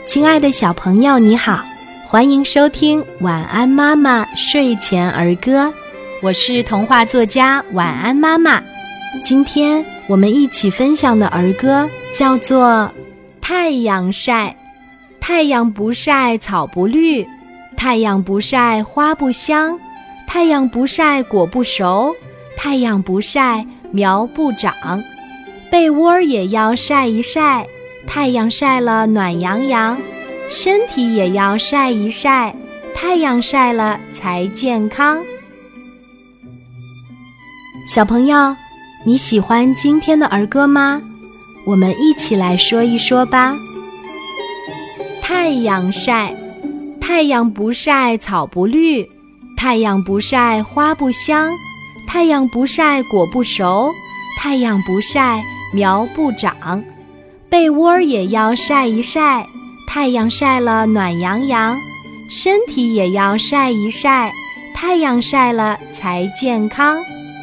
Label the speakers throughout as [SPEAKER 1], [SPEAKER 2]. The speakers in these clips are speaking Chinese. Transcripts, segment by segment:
[SPEAKER 1] 亲爱的小朋友你好，欢迎收听晚安妈妈睡前儿歌，我是童话作家晚安妈妈。今天我们一起分享的儿歌叫做太阳晒。太阳不晒草不绿，太阳不晒花不香，太阳不晒果不熟，太阳不晒苗不长。被窝也要晒一晒，太阳晒了暖洋洋，身体也要晒一晒，太阳晒了才健康。小朋友，你喜欢今天的儿歌吗？我们一起来说一说吧。太阳晒，太阳不晒草不绿，太阳不晒花不香，太阳不晒果不熟，太阳不晒苗不长。被窝也要晒一晒，太阳晒了暖洋洋，身体也要晒一晒，太阳晒了才健康。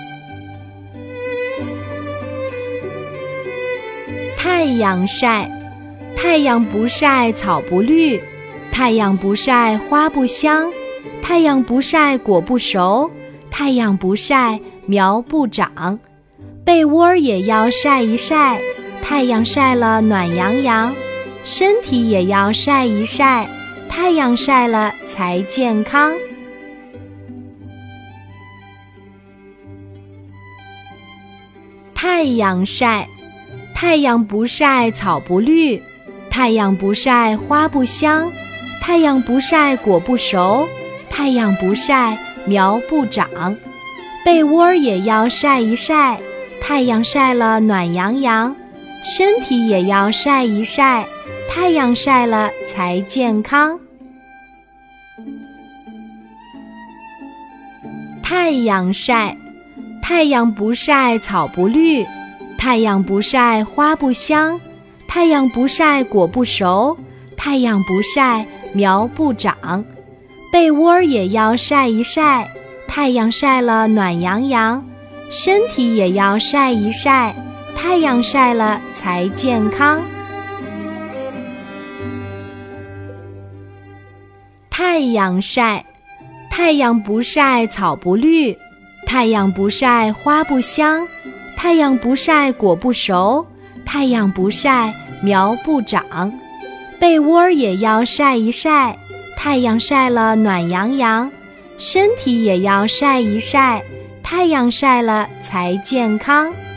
[SPEAKER 1] 太阳晒，太阳不晒草不绿，太阳不晒花不香，太阳不晒果不熟，太阳不晒苗不长。被窝也要晒一晒，太阳晒了暖洋洋，身体也要晒一晒，太阳晒了才健康。太阳晒，太阳不晒草不绿，太阳不晒花不香，太阳不晒果不熟，太阳不晒苗不长。被窝也要晒一晒，太阳晒了暖洋洋，身体也要晒一晒，太阳晒了才健康。太阳晒，太阳不晒草不绿，太阳不晒花不香，太阳不晒果不熟，太阳不晒苗不长。被窝也要晒一晒，太阳晒了暖洋洋，身体也要晒一晒，太阳晒了才健康。太阳晒，太阳不晒草不绿，太阳不晒花不香，太阳不晒果不熟，太阳不晒苗不长。被窝也要晒一晒，太阳晒了暖洋洋，身体也要晒一晒，太阳晒了才健康。